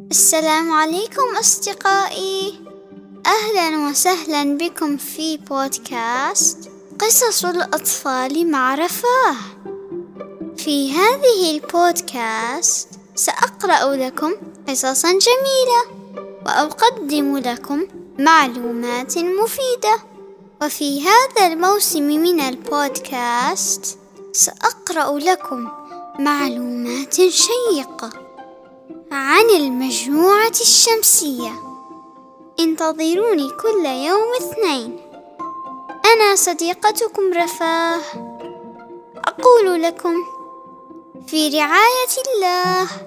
السلام عليكم أصدقائي، أهلا وسهلا بكم في بودكاست قصص الأطفال مع رفاه. في هذه البودكاست سأقرأ لكم قصصا جميلة وأقدم لكم معلومات مفيدة. وفي هذا الموسم من البودكاست سأقرأ لكم معلومات شيقة عن المجموعة الشمسية. انتظروني كل يوم اثنين. أنا صديقتكم رفاه، أقول لكم في رعاية الله.